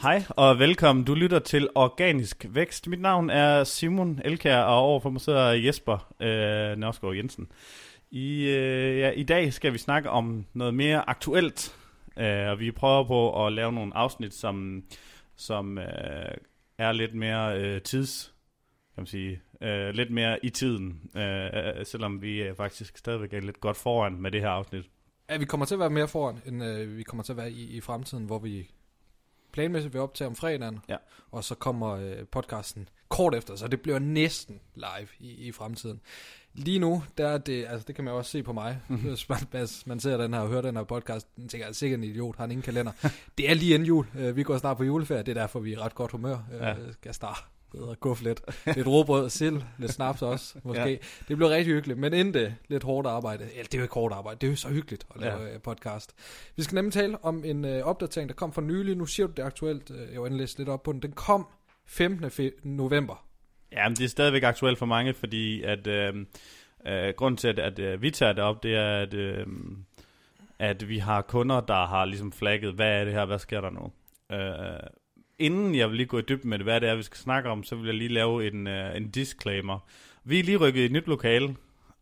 Hej og velkommen. Du lytter til Organisk Vækst. Mit navn er Simon Elkjær, og overfor mig sidder Jesper Nørskov Jensen. I dag skal vi snakke om noget mere aktuelt, og vi prøver på at lave nogle afsnit, som er lidt mere kan man sige, lidt mere i tiden, selvom vi faktisk stadigvæk er lidt godt foran med det her afsnit. Ja, vi kommer til at være mere foran, end vi kommer til at være i fremtiden, hvor vi planmæssigt vil optage om fredagen, ja. Og så kommer podcasten kort efter, så det bliver næsten live i fremtiden. Lige nu, der er det, altså det kan man også se på mig, hvis man ser den her og hører den her podcast, den tænker jeg, sikkert en idiot, har han ingen kalender. Det er lige inden jul, vi går snart på juleferie, det er derfor, vi er i ret godt humør, skal starte. Guffe lidt råbrød, sild, lidt snaps også, måske. Ja. Det bliver rigtig hyggeligt, men inden det, lidt hårdt arbejde. Eller det er jo ikke hårdt arbejde, det er jo så hyggeligt at lave podcast. Vi skal nemlig tale om en opdatering, der kom for nylig. Nu siger du det aktuelt, jeg var indlæst lidt op på den. Den kom 15. november. Ja, men det er stadigvæk aktuelt for mange, fordi at grunden til, at vi tager det op, det er, at vi har kunder, der har ligesom flagget, hvad er det her, hvad sker der nu? Inden jeg vil lige gå i dybden med det, hvad det er, vi skal snakke om, så vil jeg lige lave en disclaimer. Vi er lige rykket i et nyt lokale.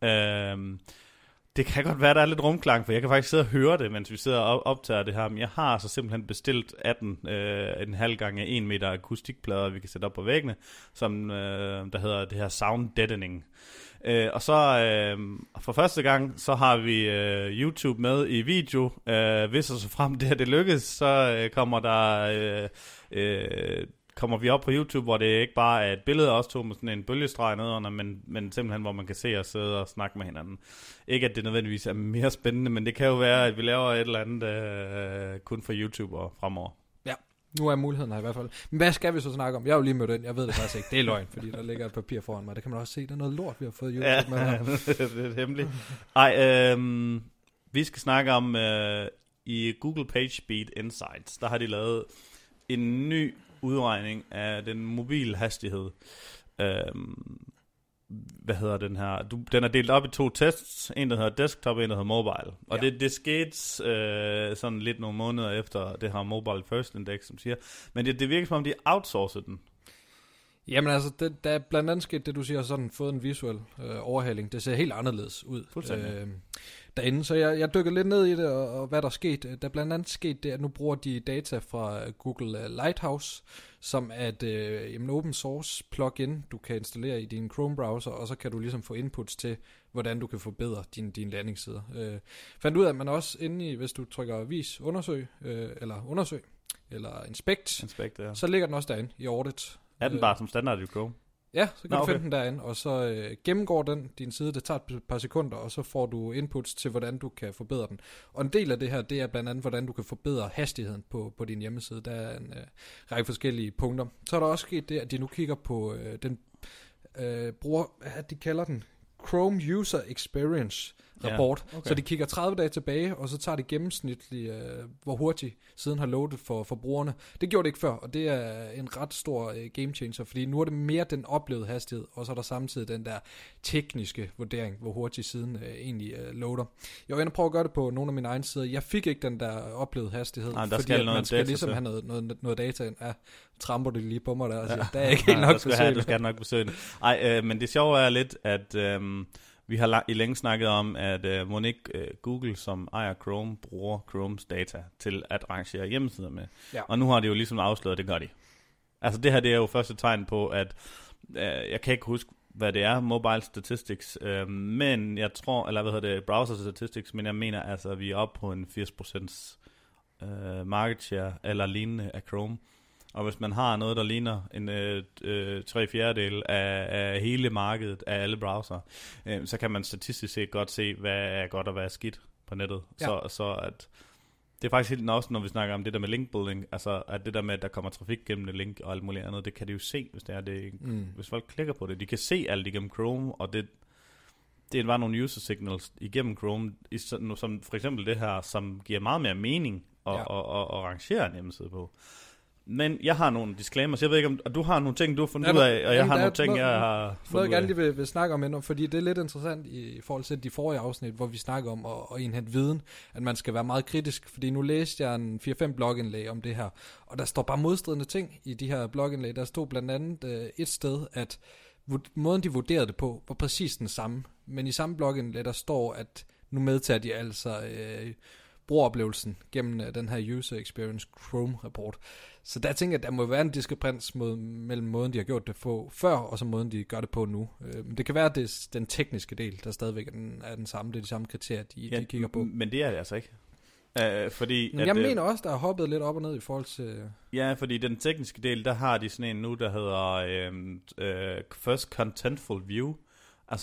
Det kan godt være, der er lidt rumklang, for jeg kan faktisk sidde og høre det, mens vi sidder og optager det her. Men jeg har altså simpelthen bestilt 18 halv gange 1 meter akustikplader, vi kan sætte op på væggene, som der hedder det her sound deadening. Og så for første gang, så har vi YouTube med i video. Hvis så frem det lykkes, så kommer vi op på YouTube, hvor det ikke bare er et billede af os to med sådan en bølgestreg nedenunder, men simpelthen hvor man kan se os sidde og snakke med hinanden. Ikke at det nødvendigvis er mere spændende, men det kan jo være, at vi laver et eller andet kun for YouTube og fremover. Ja, nu er muligheden her i hvert fald. Men hvad skal vi så snakke om? Jeg er jo lige mødt ind, jeg ved det faktisk ikke. Det er løgn, fordi der ligger et papir foran mig. Det kan man også se, det er noget lort, vi har fået YouTube med her. Det er hemmeligt. Vi skal snakke om i Google PageSpeed Insights, der har de lavet en ny udregning af den mobile hastighed. Hvad hedder den her? Den er delt op i 2 tests. En, der hedder desktop, og en, der hedder mobile. Og ja. det skete sådan lidt nogle måneder efter det her Mobile First Index, som siger. Men det virker som om, de outsourcede den. Jamen altså, der er blandt andet sket det, du siger, sådan fået en visuel overhaling. Det ser helt anderledes ud derinde. Så jeg dykkede lidt ned i det, og hvad der er sket. Der er blandt andet sket det, at nu bruger de data fra Google Lighthouse, som er et open source plugin, du kan installere i din Chrome-browser, og så kan du ligesom få inputs til, hvordan du kan forbedre din landingssider. Fandt ud af, at man også inde i, hvis du trykker vis, undersøg, eller inspect, ja. Så ligger den også derinde i audit. Er den bare som standard i Chrome? Ja, så kan du finde den derinde, og så gennemgår den din side. Det tager et par sekunder, og så får du inputs til, hvordan du kan forbedre den. Og en del af det her, det er blandt andet, hvordan du kan forbedre hastigheden på din hjemmeside. Der er en række forskellige punkter. Så er der også sket det, at de nu kigger på den bruger, hvad de kalder den, Chrome User Experience rapport. Ja, okay. Så de kigger 30 dage tilbage, og så tager de gennemsnitligt, hvor hurtigt siden har loadet for brugerne. Det gjorde det ikke før, og det er en ret stor game changer, fordi nu er det mere den oplevede hastighed, og så er der samtidig den der tekniske vurdering, hvor hurtigt siden egentlig loader. Jeg var inde og prøve at gøre det på nogle af mine egne sider. Jeg fik ikke den der oplevede hastighed, fordi man skal ligesom have noget data ind. Ja, tramper det lige på mig der, og siger, der er ikke helt nok besøg. Du skal nok besøge det. Men det sjove er lidt, at vi har i længe snakket om, at Monique Google, som ejer Chrome, bruger Chromes data til at rangere hjemmesider med. Ja. Og nu har de jo ligesom afsløret, det gør de. Altså det her, det er jo første tegn på, at jeg kan ikke huske, hvad det er, mobile statistics, men jeg tror, eller hvad hedder det, browser statistics, men jeg mener altså, at vi er oppe på en 80% market share eller lignende af Chrome. Og hvis man har noget, der ligner en 3/4 af hele markedet af alle browser, så kan man statistisk set godt se, hvad er godt og hvad er skidt på nettet. Ja. Så at det er faktisk helt også, når vi snakker om det der med linkbuilding, altså at det der med, at der kommer trafik gennem det link og alt muligt andet, det kan de jo se, hvis det er det. Hvis folk klikker på det. De kan se alt igennem Chrome, og det er bare nogle user signals igennem Chrome, som for eksempel det her, som giver meget mere mening at rangere en hjemmeside på. Men jeg har nogle disclaimers. Jeg ved ikke, om du har nogle ting, du har fundet ud af, og jeg har nogle ting, jeg har fundet ud af. Jeg gerne lige vil snakke om endnu, fordi det er lidt interessant i forhold til de forrige afsnit, hvor vi snakker om at indhente viden, at man skal være meget kritisk, fordi nu læste jeg en 4-5 blogindlæg om det her, og der står bare modstridende ting i de her blogindlæg. Der stod blandt andet et sted, at måden de vurderede det på, var præcis den samme, men i samme blogindlæg, der står, at nu medtager de altså brugeroplevelsen gennem den her User Experience Chrome-rapport. Så der tænker jeg, at der må være en diskrepans mellem måden, de har gjort det på før, og så måden, de gør det på nu. Det kan være, at det er den tekniske del, der stadigvæk er den samme. Det er de samme kriterier, de kigger på. Men det er det altså ikke. Fordi jeg mener også, der er hoppet lidt op og ned i forhold til... Ja, fordi den tekniske del, der har de sådan en nu, der hedder First Contentful View. Altså,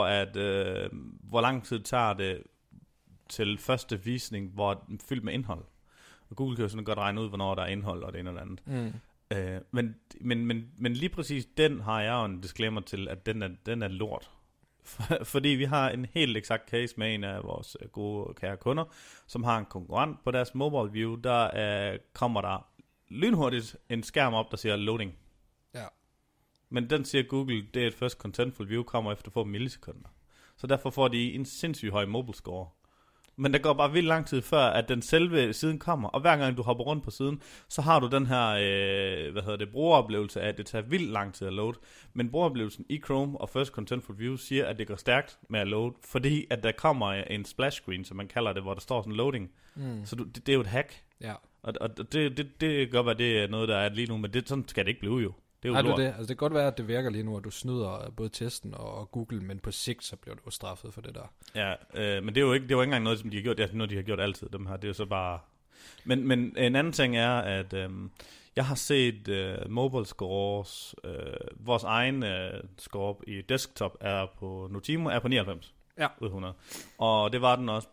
hvor lang tid tager det til første visning, hvor den er fyldt med indhold. Og Google kan jo sådan godt regne ud, hvornår der er indhold og det ene eller andet. Men lige præcis den har jeg jo en disclaimer til, at den er lort. Fordi vi har en helt eksakt case med en af vores gode kære kunder, som har en konkurrent på deres mobile view, der kommer der lynhurtigt en skærm op, der siger loading. Ja. Men den siger Google, det er et first contentful view, kommer efter få millisekunder. Så derfor får de en sindssygt høj mobile score. Men der går bare vildt lang tid før, at den selve siden kommer. Og hver gang du hopper rundt på siden, så har du den her, brugeroplevelse af, at det tager vildt lang tid at load. Men brugeroplevelsen i Chrome og First Contentful View siger, at det går stærkt med at load. Fordi at der kommer en splash screen, som man kalder det, hvor der står sådan loading. Så det er jo et hack. Ja. Og det kan godt være, det er noget, der er lige nu, men sådan skal det ikke blive jo. Det er jo lort. Det? Altså det kan godt være, at det virker lige nu, at du snyder både testen og Google, men på sigt, så bliver du jo straffet for det der. Ja, men det er jo ikke engang noget, som de har gjort. Det er noget, de har gjort altid, dem her. Det er jo så bare... Men en anden ting er, at jeg har set mobile scores. Vores egen score i desktop er på Notimo, er på 99 ud af 100. Og det var den også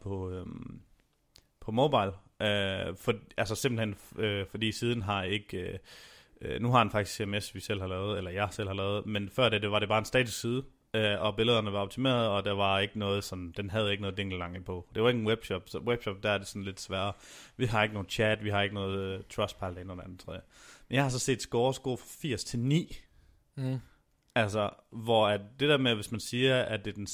på mobile. Altså simpelthen, fordi siden har ikke... nu har han faktisk CMS, vi selv har lavet, eller jeg selv har lavet, men før det var det bare en statisk side, og billederne var optimeret, og der var ikke noget sådan, den havde ikke noget dingelange på. Det var ikke en webshop, så webshop, der er det sådan lidt sværere. Vi har ikke noget chat, vi har ikke noget Trustpilot eller noget andet, tror jeg. Men jeg har så set scores gå fra 80 til 9. Altså, hvor at det der med, hvis man siger, at det er den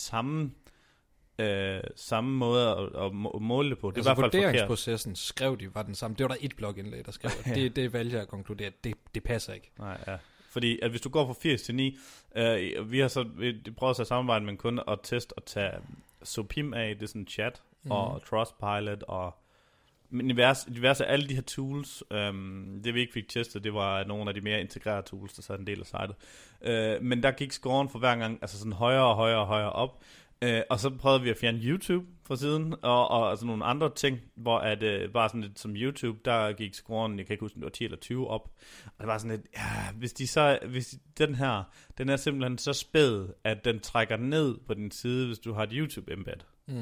samme måde at måle det på. Det altså, i hvert fald vurderingsprocessen skrev de var den samme. Det var der et blogindlæg, der skrev. Det valgte jeg at konkludere. Det passer ikke. Nej, ja. Fordi at hvis du går fra 80 til 9, vi har så prøvet at samarbejde med en kunde og teste at tage Sopim af, det er sådan chat, og Trustpilot, og diverse alle de her tools. Det vi ikke fik testet, det var nogle af de mere integrerede tools, der sad en del af sitet. Men der gik scoren for hver gang, altså sådan højere og højere og højere op. Og så prøvede vi at fjerne YouTube fra siden, og altså nogle andre ting, hvor at bare sådan lidt som YouTube, der gik scoren, jeg kan ikke huske, det var 10 eller 20 op. Og det var sådan lidt, hvis den er simpelthen så spæd, at den trækker ned på din side, hvis du har et YouTube-embed.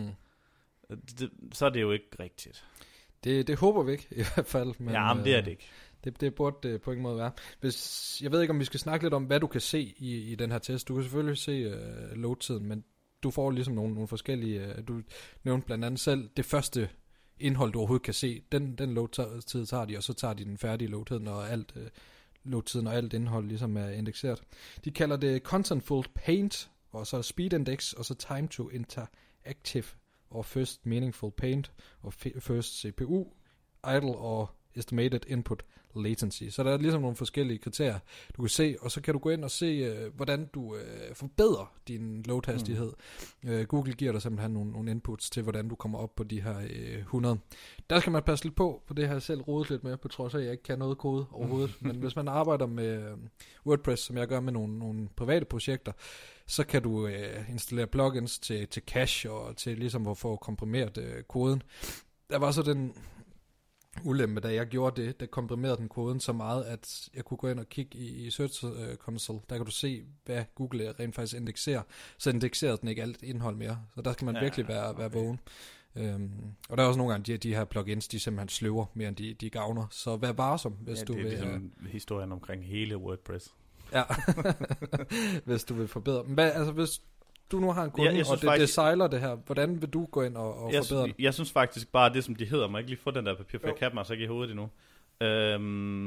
Så er det jo ikke rigtigt. Det håber vi ikke, i hvert fald. Men, men det er det ikke. Det burde det på ingen måde være. Jeg ved ikke, om vi skal snakke lidt om, hvad du kan se i den her test. Du kan selvfølgelig se load-tiden, men du får ligesom nogle forskellige, du nævnte blandt andet selv, det første indhold, du overhovedet kan se, den load-tid tager de, og så tager de den færdige load-tid, og load-tiden og alt indhold ligesom er indekseret. De kalder det Contentful Paint, og så Speed Index, og så Time to Interactive, og First Meaningful Paint, og First CPU, Idle og Estimated Input Latency. Så der er ligesom nogle forskellige kriterier, du kan se, og så kan du gå ind og se, hvordan du forbedrer din load-hastighed. Google giver dig simpelthen nogle inputs til, hvordan du kommer op på de her 100. Der skal man passe lidt på, for det har jeg selv rodet lidt med, på trods af, at jeg ikke kan noget kode overhovedet. Men hvis man arbejder med WordPress, som jeg gør med nogle private projekter, så kan du installere plugins til cache og til ligesom at få komprimeret koden. Der var så den ulempe, da jeg gjorde det, der komprimerede den koden så meget, at jeg kunne gå ind og kigge i Search Console. Der kan du se, hvad Google rent faktisk indekserer. Så indekserer den ikke alt indhold mere. Så der skal man virkelig være vågen. Og der er også nogle gange, de her plugins, de simpelthen sløver mere, end de gavner. Så vær varsom, hvis du vil... det er ligesom historien omkring hele WordPress. Ja, hvis du vil forbedre. Men altså, hvis du nu har en kunde, og det sejler det her, hvordan vil du gå ind og forbedre det? Jeg synes faktisk bare, det som de hedder, må ikke lige få den der papir, for jeg kan mig så ikke i hovedet endnu.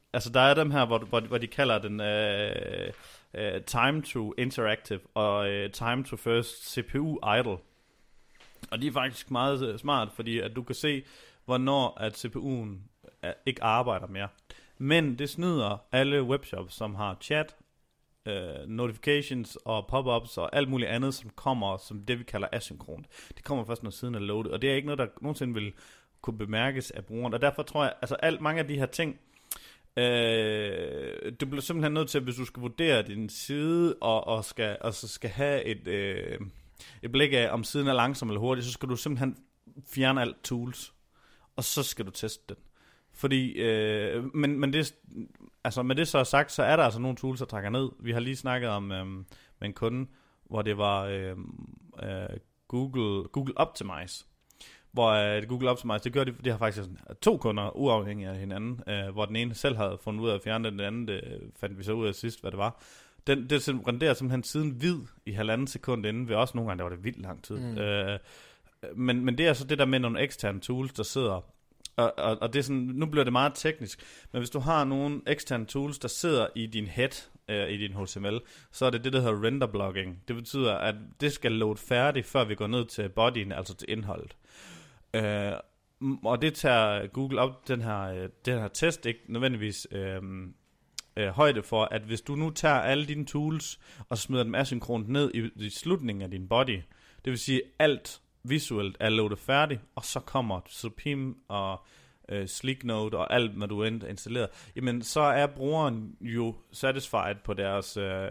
altså der er dem her, hvor de kalder den time to interactive og time to first CPU idle. Og de er faktisk meget smart, fordi at du kan se, hvornår at CPU'en ikke arbejder mere. Men det snyder alle webshops, som har chat, notifications og pop-ups og alt muligt andet, som kommer som det, vi kalder asynkront. Det kommer først, når siden er loadet, og det er ikke noget, der nogensinde vil kunne bemærkes af brugeren. Og derfor tror jeg, altså mange af de her ting, du bliver simpelthen nødt til, hvis du skal vurdere din side, og så skal have et blik af, om siden er langsom eller hurtig, så skal du simpelthen fjerne alt tools, og så skal du teste den. Fordi, men det, altså med det så sagt, så er der altså nogle tools, der trækker ned. Vi har lige snakket om med en kunde, hvor det var Google Optimize. Hvor Google Optimize, det gør de har faktisk 2 kunder uafhængige af hinanden, hvor den ene selv havde fundet ud af at fjerne den anden, det fandt vi så ud af sidst, hvad det var. Det renderer simpelthen siden hvid i 1,5 sekund inden, ved også nogle gange, der var det vildt lang tid. Men det er altså det der med nogle eksterne tools, der sidder, og det er sådan, nu bliver det meget teknisk, men hvis du har nogle eksterne tools, der sidder i din head, i din HTML, så er det der hedder render blocking. Det betyder, at det skal load færdigt, før vi går ned til bodyen, altså til indholdet. Og det tager Google op, den her test, ikke nødvendigvis højde for, at hvis du nu tager alle dine tools, og smider dem asynkront ned i slutningen af din body, det vil sige, alt visuelt er loadet færdigt, og så kommer Supreme og Sleeknote og alt, hvad du har installeret, jamen så er brugeren jo satisfied på deres,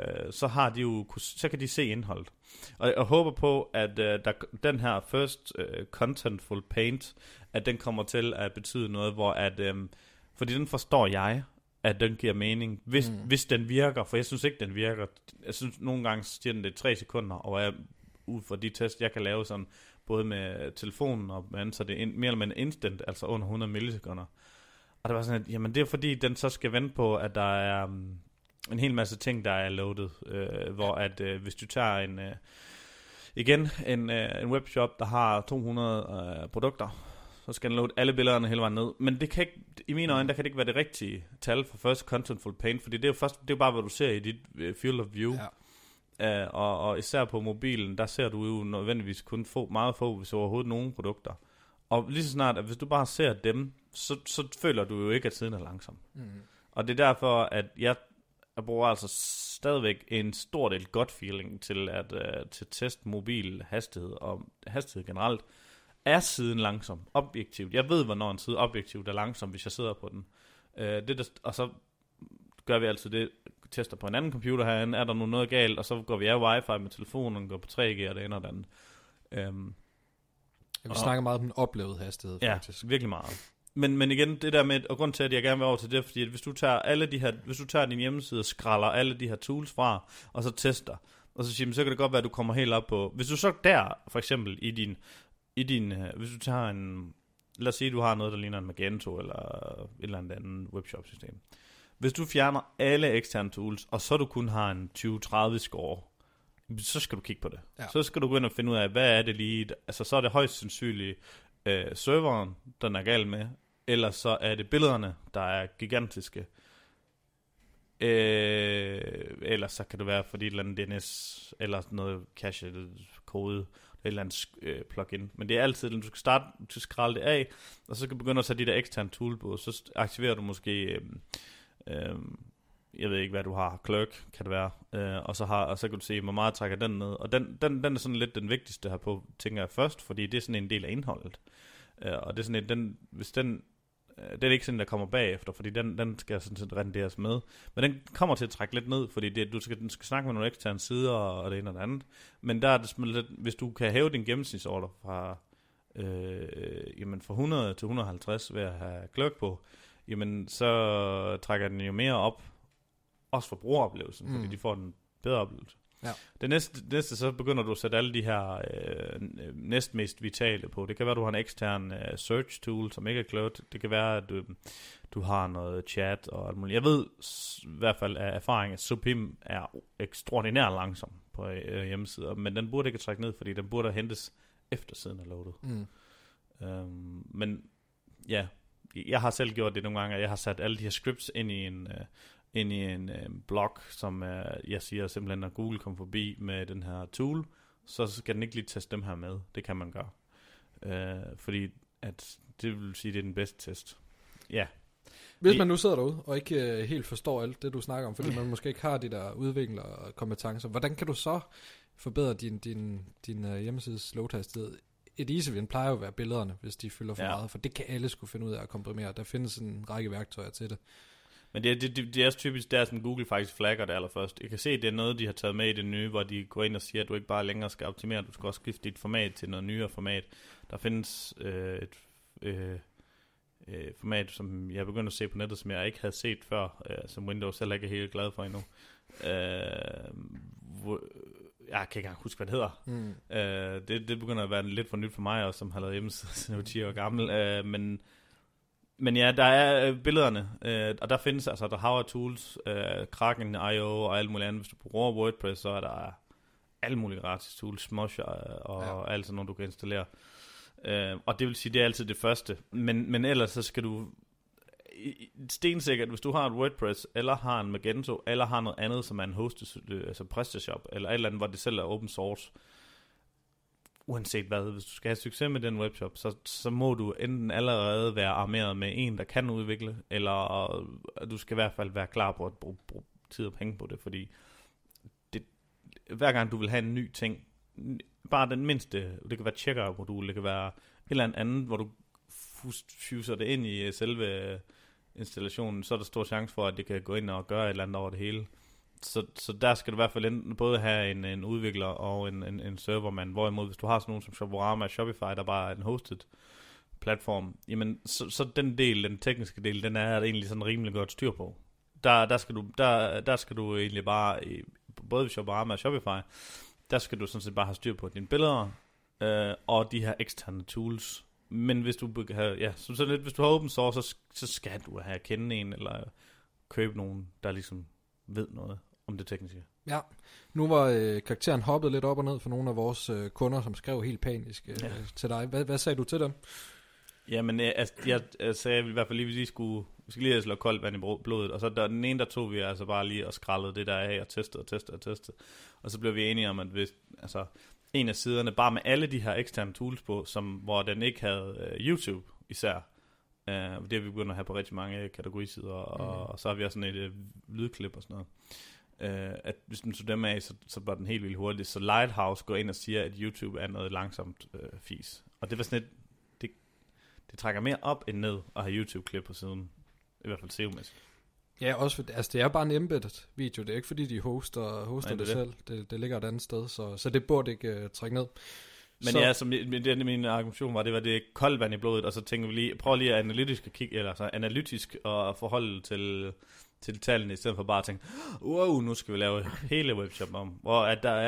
så kan de se indholdet. Og jeg håber på, at den her first contentful paint, at den kommer til at betyde noget, hvor at, fordi den forstår jeg, at den giver mening, hvis den virker, for jeg synes ikke, den virker. Jeg synes nogle gange stiger den det 3 sekunder, og jeg, ud fra de test, jeg kan lave sådan, både med telefonen og med andet, så det er mere eller mindre instant, altså under 100 millisekunder. Og det var sådan, at jamen det er fordi, den så skal vente på, at der er en hel masse ting, der er loadet, hvor at hvis du tager en webshop, der har 200 produkter, så skal den loade alle billederne hele vejen ned. Men det kan ikke, i mine øjne, der kan det ikke være det rigtige tal for first contentful paint, fordi det er jo bare, hvad du ser i dit field of view. Ja. Og især på mobilen, der ser du jo nødvendigvis kun meget få, hvis overhovedet nogen produkter. Og lige så snart, at hvis du bare ser dem, så føler du jo ikke, at siden er langsom. Og det er derfor, at jeg bruger altså stadigvæk en stor del godt feeling til at til test mobil hastighed og hastighed generelt. Er siden langsom, objektivt. Jeg ved, hvornår en side objektivt er langsom, hvis jeg sidder på den. Og så gør vi altså det, tester på en anden computer herinde, er der nu noget galt, og så går vi af wifi med telefonen, og går på 3G og det ene og det andet. Vi snakker meget om den oplevede hastighed, faktisk. Ja, virkelig meget. Men igen, det der med, og grund til, at jeg gerne vil over til det, fordi at hvis du tager din hjemmeside og skræller alle de her tools fra, og så tester, og så siger, så kan det godt være, at du kommer helt op på, hvis du så der, for eksempel i din hvis du tager lad os sige, du har noget, der ligner en Magento, eller et eller andet webshop-system. Hvis du fjerner alle eksterne tools, og så du kun har en 20-30 score, så skal du kigge på det. Ja. Så skal du gå ind og finde ud af, hvad er det lige, altså så er det højst sandsynligt serveren, den er gal med, eller så er det billederne, der er gigantiske. Eller så kan det være fordi et eller andet DNS, eller noget cache kode, et eller andet plugin. Men det er altid, når du skal starte til at skrælle det af, og så kan du begynde at tage de der eksterne tool på, så aktiverer du måske, jeg ved ikke hvad du har, Clerk kan det være, og så kan du se, hvor meget trækker den ned. Og den er sådan lidt den vigtigste her på, tænker jeg først, fordi det er sådan en del af indholdet. Og det er sådan det er ikke sådan, der kommer bagefter, fordi den skal sådan set renderes med. Men den kommer til at trække lidt ned, fordi den skal snakke med nogle eksterne sider og det ene og det andet. Men der er det lidt, hvis du kan hæve din gennemsnitsorder fra, fra 100 til 150 ved at have Clerk på, jamen så trækker den jo mere op, også for brugeroplevelsen, fordi de får en bedre oplevelse. Ja. Det næste, så begynder du at sætte alle de her næstmest vitale på. Det kan være, at du har en ekstern search tool, som ikke er Clerk. Det kan være, at du har noget chat og alt muligt. Jeg ved i hvert fald af erfaring, at Supreme er ekstraordinært langsom på hjemmesider, men den burde ikke trække ned, fordi den burde hentes efter siden af loadet. Men ja, jeg har selv gjort det nogle gange, at jeg har sat alle de her scripts ind i en blog, som jeg siger simpelthen, når Google kommer forbi med den her tool, så skal den ikke lige teste dem her med. Det kan man gøre. Fordi at det vil sige, det er den bedste test. Ja. Hvis man nu sidder derude og ikke helt forstår alt det, du snakker om, fordi man måske ikke har de der udviklerkompetencer, hvordan kan du så forbedre din hjemmesides load-hastighed? Et easy win plejer jo at være billederne, hvis de fylder for meget, for det kan alle skulle finde ud af at komprimere. Der findes en række værktøjer til det. Men det er typisk der, som Google faktisk flagger det allerførst. Jeg kan se, at det er noget, de har taget med i det nye, hvor de går ind og siger, at du ikke bare længere skal optimere, du skal også skifte dit format til noget nyere format. Der findes et format, som jeg begyndte at se på nettet, som jeg ikke havde set før, som Windows heller ikke er helt glad for endnu. Jeg kan ikke engang huske, hvad det hedder. Det begynder at være lidt for nyt for mig, også, som har lavet hjemmeside, siden 10 år gammel. Men ja, der er billederne, og der findes altså, der har tools, Kraken.io og alt muligt andet. Hvis du bruger WordPress, så er der alle mulige gratis tools, Smosh og alt sådan noget, du kan installere. Og det vil sige, det er altid det første. Men ellers så skal du stensikkert, hvis du har et WordPress, eller har en Magento, eller har noget andet, som er en hosted, altså PrestaShop, eller et eller andet, hvor det selv er open source, uanset hvad, hvis du skal have succes med den webshop, så må du enten allerede være armeret med en, der kan udvikle, eller du skal i hvert fald være klar på at bruge tid og penge på det, fordi hver gang du vil have en ny ting, bare den mindste, det kan være checker-modul, det kan være et eller andet, hvor du fuser det ind i selve installationen, så er der stor chance for, at det kan gå ind og gøre et eller andet over det hele. Så der skal du i hvert fald både have en udvikler og en servermand, hvorimod hvis du har sådan nogen som Shoporama og Shopify, der bare er en hosted platform, jamen så den del, den tekniske del, den er egentlig sådan rimelig godt styr på. Der skal du egentlig bare, både ved Shoporama og Shopify, der skal du sådan set bare have styr på dine billeder, og de her eksterne tools. Men hvis du hvis du har open source, så skal du have kende en, eller købe nogen, der ligesom ved noget om det tekniske. Ja, nu var karakteren hoppet lidt op og ned for nogle af vores kunder, som skrev helt panisk til dig. Hvad sagde du til dem? Jamen, jeg sagde i hvert fald lige, vi skal lige have slået koldt vand i blodet, og så den ene, der tog vi altså bare lige og skrællede det der af, og testede. Og så blev vi enige om, at hvis, altså, en af siderne, bare med alle de her eksterne tools på, hvor den ikke havde YouTube især, det har vi begyndt at have på rigtig mange kategorisider, og så har vi også sådan et lydklip og sådan noget. At hvis man tog dem af, så var den helt vildt hurtigt. Så Lighthouse går ind og siger, at YouTube er noget langsomt fis. Og det var sådan et, det trækker mere op end ned at have YouTube-klip på siden. I hvert fald SEO-mæssigt. Ja, også altså det er bare en embedded video. Det er ikke fordi, de hoster det selv. Det ligger et andet sted, så det burde ikke trække ned. Men ja, som min argumentation var, det var det koldt vand i blodet, og så tænker vi lige, prøv lige at analytisk og forholde til tallene, i stedet for bare at tænke, wow, nu skal vi lave hele webshop om, hvor at der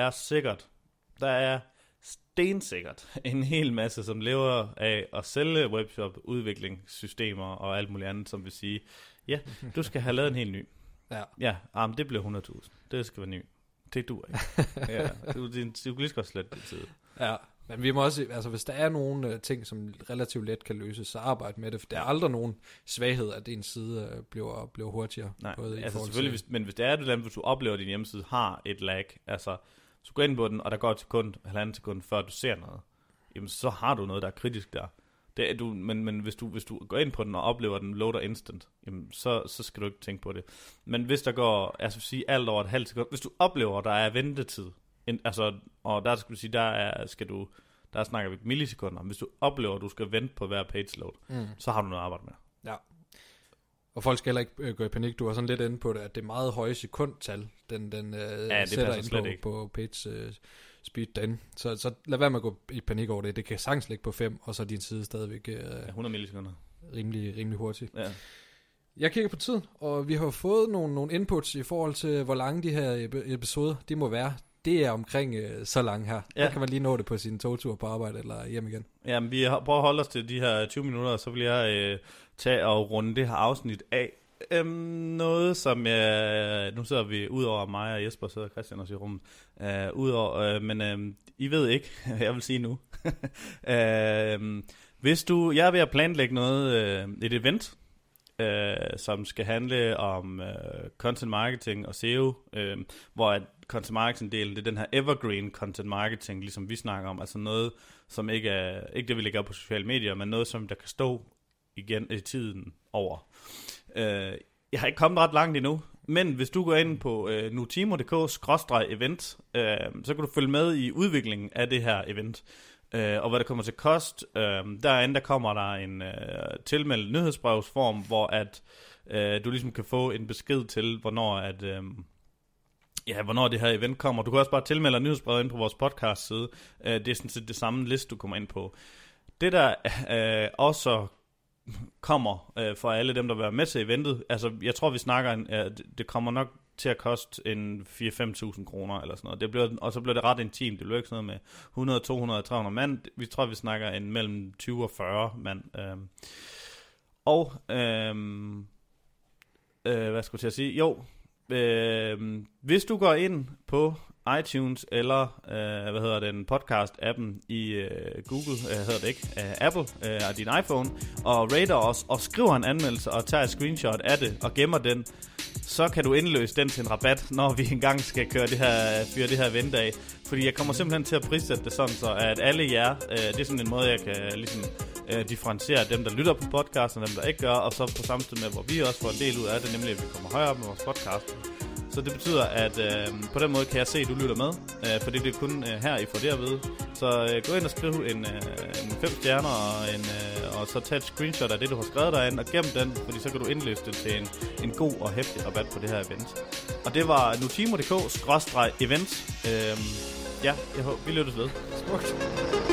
er stensikkert en hel masse, som lever af at sælge webshop, udviklingssystemer og alt muligt andet, som vil sige, ja, du skal have lavet en helt ny. Ja, det bliver 100.000. Det skal være ny. Det duer ikke. Ja, du kan lige så godt slette det tid. Ja, men vi må også, altså hvis der er nogle ting, som relativt let kan løses, så arbejde med det, for der er aldrig nogen svaghed, at din side bliver hurtigere. Nej, altså selvfølgelig, men hvis det er det, hvis du oplever, at din hjemmeside har et lag, altså så gå ind på den, og der går et halvandet sekund, før du ser noget, jamen så har du noget, der er kritisk der. Det er du, men hvis du går ind på den og oplever, at den loader instant, jamen så skal du ikke tænke på det. Men hvis der går, altså sige alt over et halvt sekund, hvis du oplever, at der er ventetid, og der skal du sige, der snakker vi millisekunder. Hvis du oplever, at du skal vente på hver page load, så har du noget at arbejde med. Ja. Og folk skal heller ikke gå i panik. Du var sådan lidt inde på det, at det er meget høje sekundtal, den sætter ind på page speed den. Så lad være med at gå i panik over det. Det kan sagtens ligge på 5, og så er din side stadigvæk 100 millisekunder. Rimelig hurtigt. Ja. Jeg kigger på tid, og vi har fået nogle inputs i forhold til, hvor lange de her episoder de må være. Det er omkring så langt her. Ja. Der kan man lige nå det på sin togtur på arbejde eller hjem igen. Jamen, vi prøver at holde os til de her 20 minutter, og så vil jeg tage og runde det her afsnit af. Noget, som nu sidder vi ud over mig og Jesper, sidder Christian også i rummet, men I ved ikke, jeg vil sige nu. Jeg er ved at planlægge et event, som skal handle om content marketing og SEO, hvor at content marketing-delen, det er den her evergreen content marketing, ligesom vi snakker om, altså noget, som ikke det, vi lægger op på sociale medier, men noget, som der kan stå igen i tiden over. Jeg har ikke kommet ret langt endnu, men hvis du går ind på nutimo.dk/event, så kan du følge med i udviklingen af det her event. Og hvad det kommer til kost. Derinde der kommer der en tilmeldt nyhedsbrevsform, hvor at du ligesom kan få en besked til, hvornår det her event kommer. Du kan også bare tilmelde nyhedsbrevet ind på vores podcast side. Det er sådan set det samme liste, du kommer ind på. Det der også kommer for alle dem, der vil være med til eventet. Altså, jeg tror, vi snakker, det kommer nok til at koste en 4-5.000 kroner eller sådan noget. Og så bliver det ret intimt. Det bliver ikke sådan noget med 100, 200, 300 mand. Vi tror, vi snakker en mellem 20 og 40 mand. Hvad skulle jeg sige? Jo, hvis du går ind på iTunes eller den podcast-appen i Google, Apple og din iPhone, og rater os og skriver en anmeldelse og tager et screenshot af det og gemmer den, så kan du indløse den til en rabat, når vi engang skal fyre det her event af. Fordi jeg kommer simpelthen til at prissætte det sådan, så at alle jer, det er sådan en måde, jeg kan ligesom differentiere dem, der lytter på podcasten, og dem, der ikke gør, og så på samtidig med, hvor vi også får en del ud af det, nemlig at vi kommer højere op med vores podcast. Så det betyder, at på den måde kan jeg se, at du lytter med, fordi det er kun her, I får det at vide. Så gå ind og skriv en 5 stjerner, og så tag et screenshot af det, du har skrevet derinde, og gem den, fordi så kan du indløse det til en god og hæftig rabat på det her event. Og det var nutimo.dk/event. Jeg håber, vi lyttes ved. Smukt.